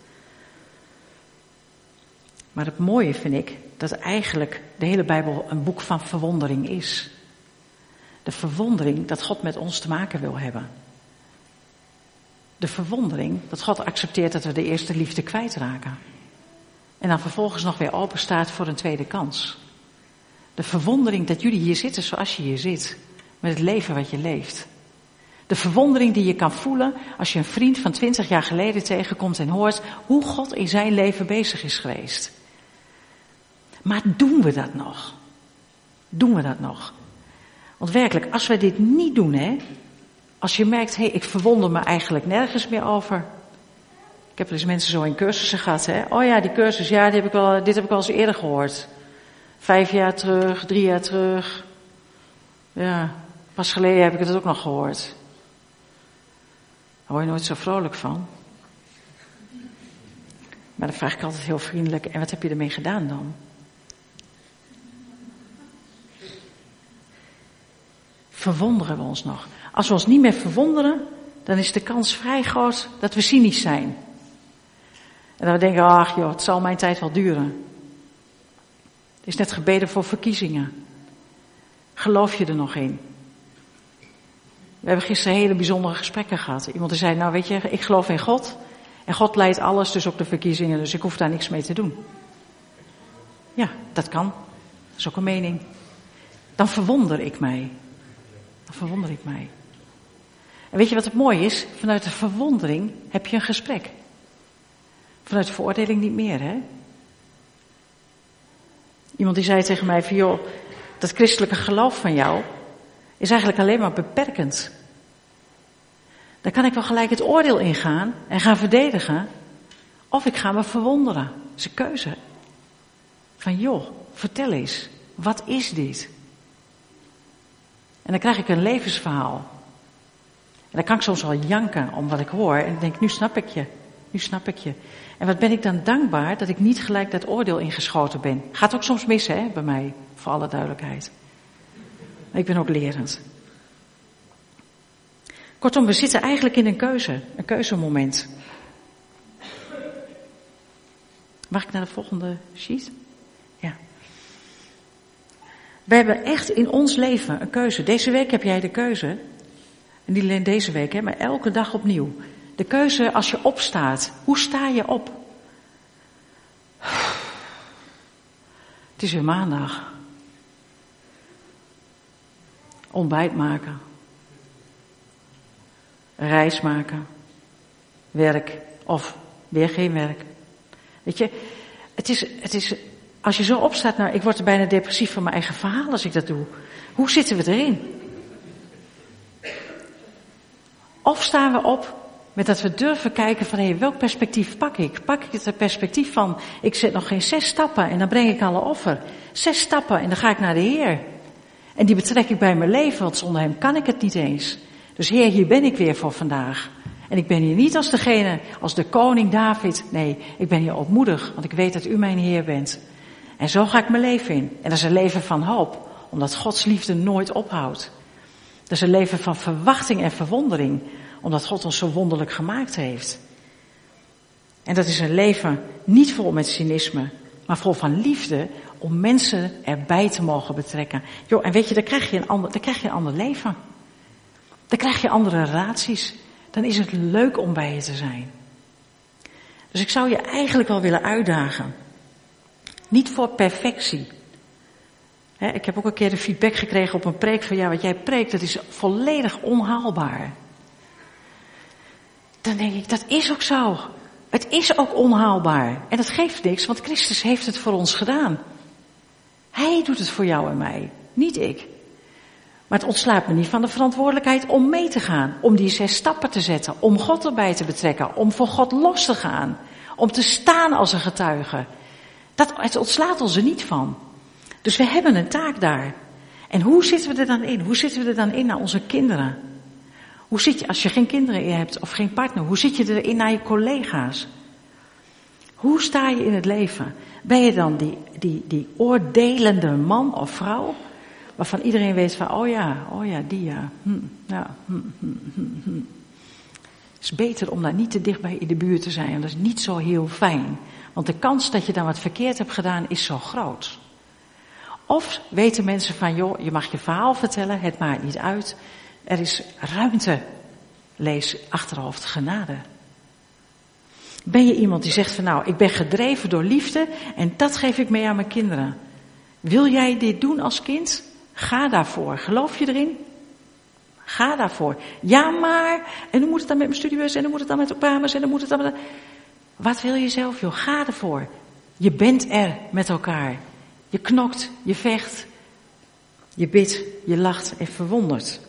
Maar het mooie vind ik dat eigenlijk de hele Bijbel een boek van verwondering is. De verwondering dat God met ons te maken wil hebben. De verwondering dat God accepteert dat we de eerste liefde kwijtraken. En dan vervolgens nog weer open staat voor een tweede kans. De verwondering dat jullie hier zitten zoals je hier zit. Met het leven wat je leeft. De verwondering die je kan voelen als je een vriend van twintig jaar geleden tegenkomt en hoort hoe God in zijn leven bezig is geweest. Maar doen we dat nog? Doen we dat nog? Want werkelijk, als we dit niet doen, hè, als je merkt, hé, hey, ik verwonder me eigenlijk nergens meer over. Ik heb er eens mensen zo in cursussen gehad, hè. Oh ja, die cursus, ja, die heb ik wel, dit heb ik al eens eerder gehoord. Vijf jaar terug, drie jaar terug. Ja, pas geleden heb ik het ook nog gehoord. Daar word je nooit zo vrolijk van. Maar dan vraag ik altijd heel vriendelijk, en wat heb je ermee gedaan dan? Verwonderen we ons nog? Als we ons niet meer verwonderen, dan is de kans vrij groot dat we cynisch zijn. En dat we denken, ach joh, het zal mijn tijd wel duren. Het is net gebeden voor verkiezingen. Geloof je er nog in? We hebben gisteren hele bijzondere gesprekken gehad. Iemand die zei, nou weet je, ik geloof in God. En God leidt alles, dus ook de verkiezingen, dus ik hoef daar niks mee te doen. Ja, dat kan. Dat is ook een mening. Dan verwonder ik mij. Dan verwonder ik mij. En weet je wat het mooie is? Vanuit de verwondering heb je een gesprek. Vanuit de veroordeling niet meer, hè? Iemand die zei tegen mij van, joh, dat christelijke geloof van jou is eigenlijk alleen maar beperkend. Dan kan ik wel gelijk het oordeel ingaan en gaan verdedigen. Of ik ga me verwonderen. Dat is een keuze. Van joh, vertel eens, wat is dit? En dan krijg ik een levensverhaal. En dan kan ik soms wel janken om wat ik hoor. En dan denk ik, nu snap ik je. Nu snap ik je. En wat ben ik dan dankbaar dat ik niet gelijk dat oordeel ingeschoten ben. Gaat ook soms mis, hè, bij mij. Voor alle duidelijkheid. Maar ik ben ook lerend. Kortom, we zitten eigenlijk in een keuze. Een keuzemoment. Mag ik naar de volgende sheet? Ja. We hebben echt in ons leven een keuze. Deze week heb jij de keuze. En niet alleen deze week, hè, maar elke dag opnieuw. De keuze als je opstaat. Hoe sta je op? Het is weer maandag. Ontbijt maken. Een reis maken. Werk. Of weer geen werk. Weet je, het is, het is, als je zo opstaat, nou, ik word er bijna depressief van mijn eigen verhaal als ik dat doe. Hoe zitten we erin? Of staan we op met dat we durven kijken van, hé, hey, welk perspectief pak ik? Pak ik het perspectief van, ik zet nog geen zes stappen en dan breng ik alle offer. Zes stappen en dan ga ik naar de Heer. En die betrek ik bij mijn leven, want zonder hem kan ik het niet eens. Dus Heer, hier ben ik weer voor vandaag. En ik ben hier niet als degene, als de koning David. Nee, ik ben hier ootmoedig, want ik weet dat u mijn Heer bent. En zo ga ik mijn leven in. En dat is een leven van hoop, omdat Gods liefde nooit ophoudt. Dat is een leven van verwachting en verwondering, omdat God ons zo wonderlijk gemaakt heeft. En dat is een leven niet vol met cynisme, maar vol van liefde om mensen erbij te mogen betrekken. Jo, en weet je, dan krijg je een ander, dan krijg je een ander leven. Dan krijg je andere relaties. Dan is het leuk om bij je te zijn. Dus ik zou je eigenlijk wel willen uitdagen. Niet voor perfectie. He, ik heb ook een keer de feedback gekregen op een preek van, ja, wat jij preekt, dat is volledig onhaalbaar. Dan denk ik, dat is ook zo. Het is ook onhaalbaar. En dat geeft niks, want Christus heeft het voor ons gedaan. Hij doet het voor jou en mij, niet ik. Maar het ontslaat me niet van de verantwoordelijkheid om mee te gaan. Om die zes stappen te zetten. Om God erbij te betrekken. Om voor God los te gaan. Om te staan als een getuige. Dat, het ontslaat ons er niet van. Dus we hebben een taak daar. En hoe zitten we er dan in? Hoe zitten we er dan in naar onze kinderen? Hoe zit je, als je geen kinderen hebt of geen partner, hoe zit je erin naar je collega's? Hoe sta je in het leven? Ben je dan die, die, die oordelende man of vrouw? Waarvan iedereen weet van, oh ja, oh ja, die ja. Hm, ja hm, hm, hm, hm. Het is beter om daar niet te dichtbij in de buurt te zijn. Dat is niet zo heel fijn. Want de kans dat je dan wat verkeerd hebt gedaan is zo groot. Of weten mensen van, joh, je mag je verhaal vertellen, het maakt niet uit. Er is ruimte. Lees achterhoofd genade. Ben je iemand die zegt van, nou, ik ben gedreven door liefde en dat geef ik mee aan mijn kinderen. Wil jij dit doen als kind? Ga daarvoor. Geloof je erin? Ga daarvoor. Ja, maar, en hoe moet het dan met mijn studiebus, en hoe moet het dan met opnames, en hoe moet het dan met... Wat wil je zelf, joh? Ga ervoor. Je bent er met elkaar. Je knokt, je vecht, je bidt, je lacht en verwondert.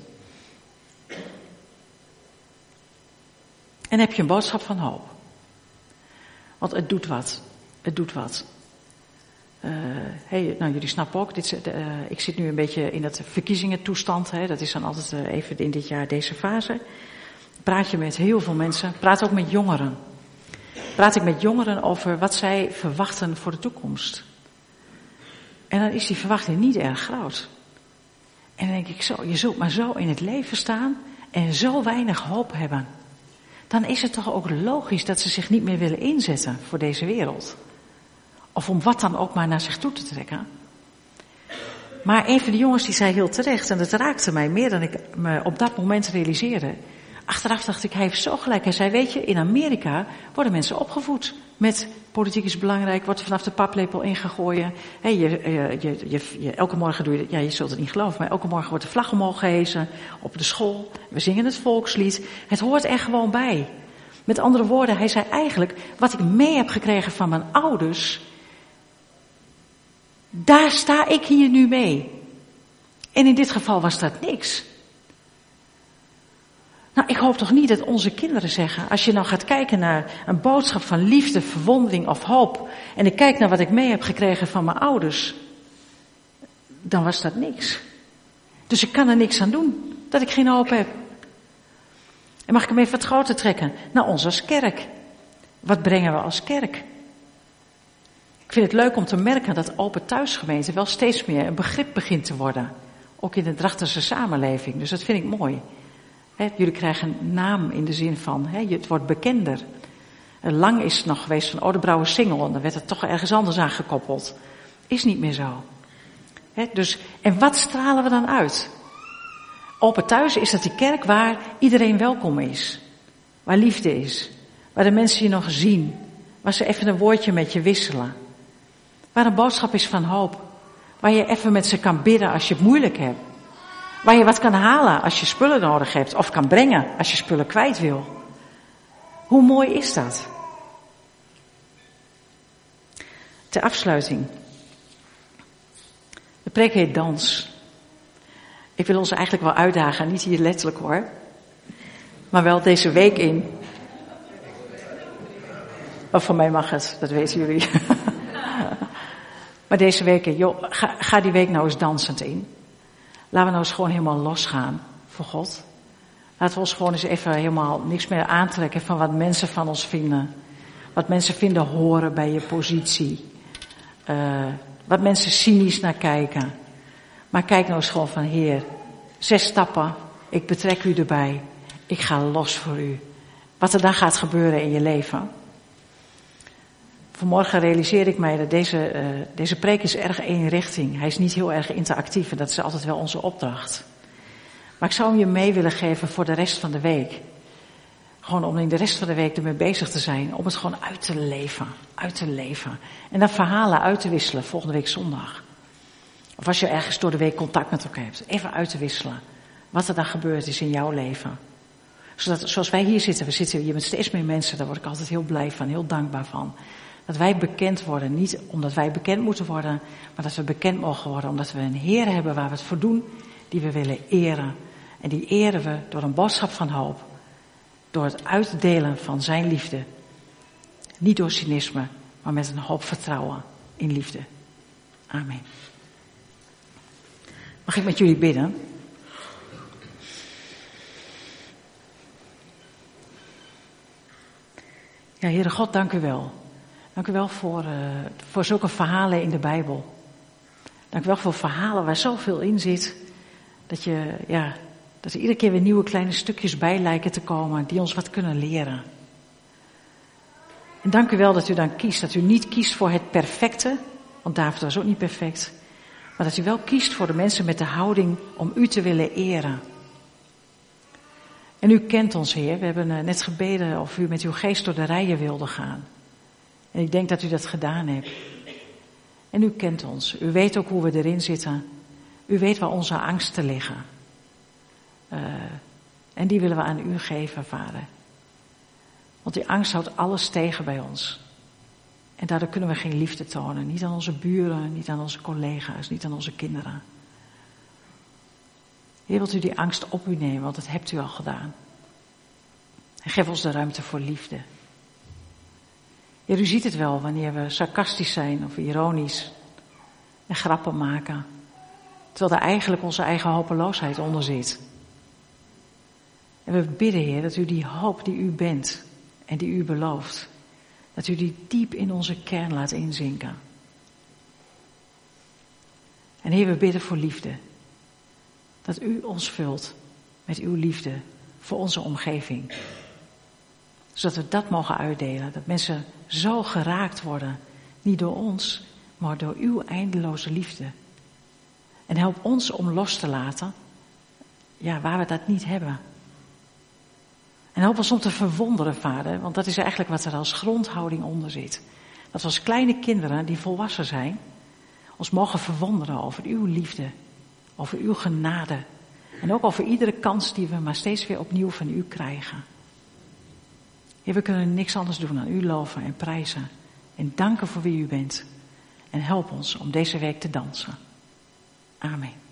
En heb je een boodschap van hoop. Want het doet wat. Het doet wat. Uh, hey, nou, jullie snappen ook, dit, uh, ik zit nu een beetje in dat verkiezingentoestand. Hè, dat is dan altijd uh, even in dit jaar deze fase. Praat je met heel veel mensen. Praat ook met jongeren. Praat ik met jongeren over wat zij verwachten voor de toekomst. En dan is die verwachting niet erg groot. En dan denk ik zo, je zult maar zo in het leven staan en zo weinig hoop hebben. Dan is het toch ook logisch dat ze zich niet meer willen inzetten voor deze wereld. Of om wat dan ook maar naar zich toe te trekken. Maar een van de jongens die zei heel terecht, en dat raakte mij meer dan ik me op dat moment realiseerde. Achteraf dacht ik, hij heeft zo gelijk. Hij zei, weet je, in Amerika worden mensen opgevoed met politiek is belangrijk, wordt er vanaf de paplepel ingegooid. Hey, je, je, je, je, je, elke morgen doe je, ja, je zult het niet geloven, maar elke morgen wordt de vlag omhoog gehezen op de school. We zingen het volkslied. Het hoort er gewoon bij. Met andere woorden, hij zei eigenlijk, wat ik mee heb gekregen van mijn ouders, daar sta ik hier nu mee. En in dit geval was dat niks. Nou, ik hoop toch niet dat onze kinderen zeggen, als je nou gaat kijken naar een boodschap van liefde, verwondering of hoop, en ik kijk naar wat ik mee heb gekregen van mijn ouders, dan was dat niks. Dus ik kan er niks aan doen, dat ik geen hoop heb. En mag ik hem even wat groter trekken? Naar ons als kerk. Wat brengen we als kerk? Ik vind het leuk om te merken dat Open Thuisgemeente wel steeds meer een begrip begint te worden. Ook in de Drachtense samenleving, dus dat vind ik mooi. He, jullie krijgen een naam in de zin van, he, het wordt bekender. En lang is het nog geweest van, oh, de Brouwer Singel, en dan werd het toch ergens anders aan gekoppeld. Is niet meer zo. He, dus, en wat stralen we dan uit? Open Thuis is dat die kerk waar iedereen welkom is. Waar liefde is. Waar de mensen je nog zien. Waar ze even een woordje met je wisselen. Waar een boodschap is van hoop. Waar je even met ze kan bidden als je het moeilijk hebt. Waar je wat kan halen als je spullen nodig hebt. Of kan brengen als je spullen kwijt wil. Hoe mooi is dat? Ter afsluiting. De preek heet Dans. Ik wil ons eigenlijk wel uitdagen, niet hier letterlijk hoor. Maar wel deze week in. Oh, van mij mag het, dat weten jullie. Maar deze week in, joh, ga, ga die week nou eens dansend in. Laten we nou eens gewoon helemaal losgaan voor God. Laten we ons gewoon eens even helemaal niks meer aantrekken van wat mensen van ons vinden. Wat mensen vinden horen bij je positie. Uh, wat mensen cynisch naar kijken. Maar kijk nou eens gewoon van Heer, zes stappen, ik betrek u erbij. Ik ga los voor u. Wat er dan gaat gebeuren in je leven. Vanmorgen realiseerde ik mij dat deze, uh, deze preek is erg één richting. Hij is niet heel erg interactief en dat is altijd wel onze opdracht. Maar ik zou hem je mee willen geven voor de rest van de week. Gewoon om in de rest van de week ermee bezig te zijn. Om het gewoon uit te leven. Uit te leven. En dan verhalen uit te wisselen volgende week zondag. Of als je ergens door de week contact met elkaar hebt. Even uit te wisselen. Wat er dan gebeurd is in jouw leven. Zodat, zoals wij hier zitten. We zitten hier met steeds meer mensen. Daar word ik altijd heel blij van. Heel dankbaar van. Dat wij bekend worden. Niet omdat wij bekend moeten worden. Maar dat we bekend mogen worden. Omdat we een Heer hebben waar we het voor doen. Die we willen eren. En die eren we door een boodschap van hoop. Door het uitdelen van zijn liefde. Niet door cynisme, maar met een hoop vertrouwen in liefde. Amen. Mag ik met jullie bidden? Ja, Heere God, dank u wel. Dank u wel voor, uh, voor zulke verhalen in de Bijbel. Dank u wel voor verhalen waar zoveel in zit. Dat je, ja... Dat er iedere keer weer nieuwe kleine stukjes bij lijken te komen die ons wat kunnen leren. En dank u wel dat u dan kiest. Dat u niet kiest voor het perfecte, want David was ook niet perfect. Maar dat u wel kiest voor de mensen met de houding om u te willen eren. En u kent ons, Heer. We hebben net gebeden of u met uw geest door de rijen wilde gaan. En ik denk dat u dat gedaan hebt. En u kent ons. U weet ook hoe we erin zitten. U weet waar onze angsten liggen. Uh, en die willen we aan u geven, Vader. Want die angst houdt alles tegen bij ons. En daardoor kunnen we geen liefde tonen. Niet aan onze buren, niet aan onze collega's, niet aan onze kinderen. Heer, wilt u die angst op u nemen, want dat hebt u al gedaan. En geef ons de ruimte voor liefde. Heer, u ziet het wel wanneer we sarcastisch zijn of ironisch en grappen maken. Terwijl er eigenlijk onze eigen hopeloosheid onder zit. En we bidden, Heer, dat u die hoop die u bent en die u belooft, dat u die diep in onze kern laat inzinken. En Heer, we bidden voor liefde. Dat u ons vult met uw liefde voor onze omgeving. Zodat we dat mogen uitdelen. Dat mensen zo geraakt worden. Niet door ons, maar door uw eindeloze liefde. En help ons om los te laten, ja, waar we dat niet hebben. En help ons om te verwonderen, Vader, want dat is eigenlijk wat er als grondhouding onder zit. Dat we als kleine kinderen die volwassen zijn, ons mogen verwonderen over uw liefde, over uw genade. En ook over iedere kans die we maar steeds weer opnieuw van u krijgen. Heer, we kunnen niks anders doen dan u loven en prijzen. En danken voor wie u bent. En help ons om deze week te dansen. Amen.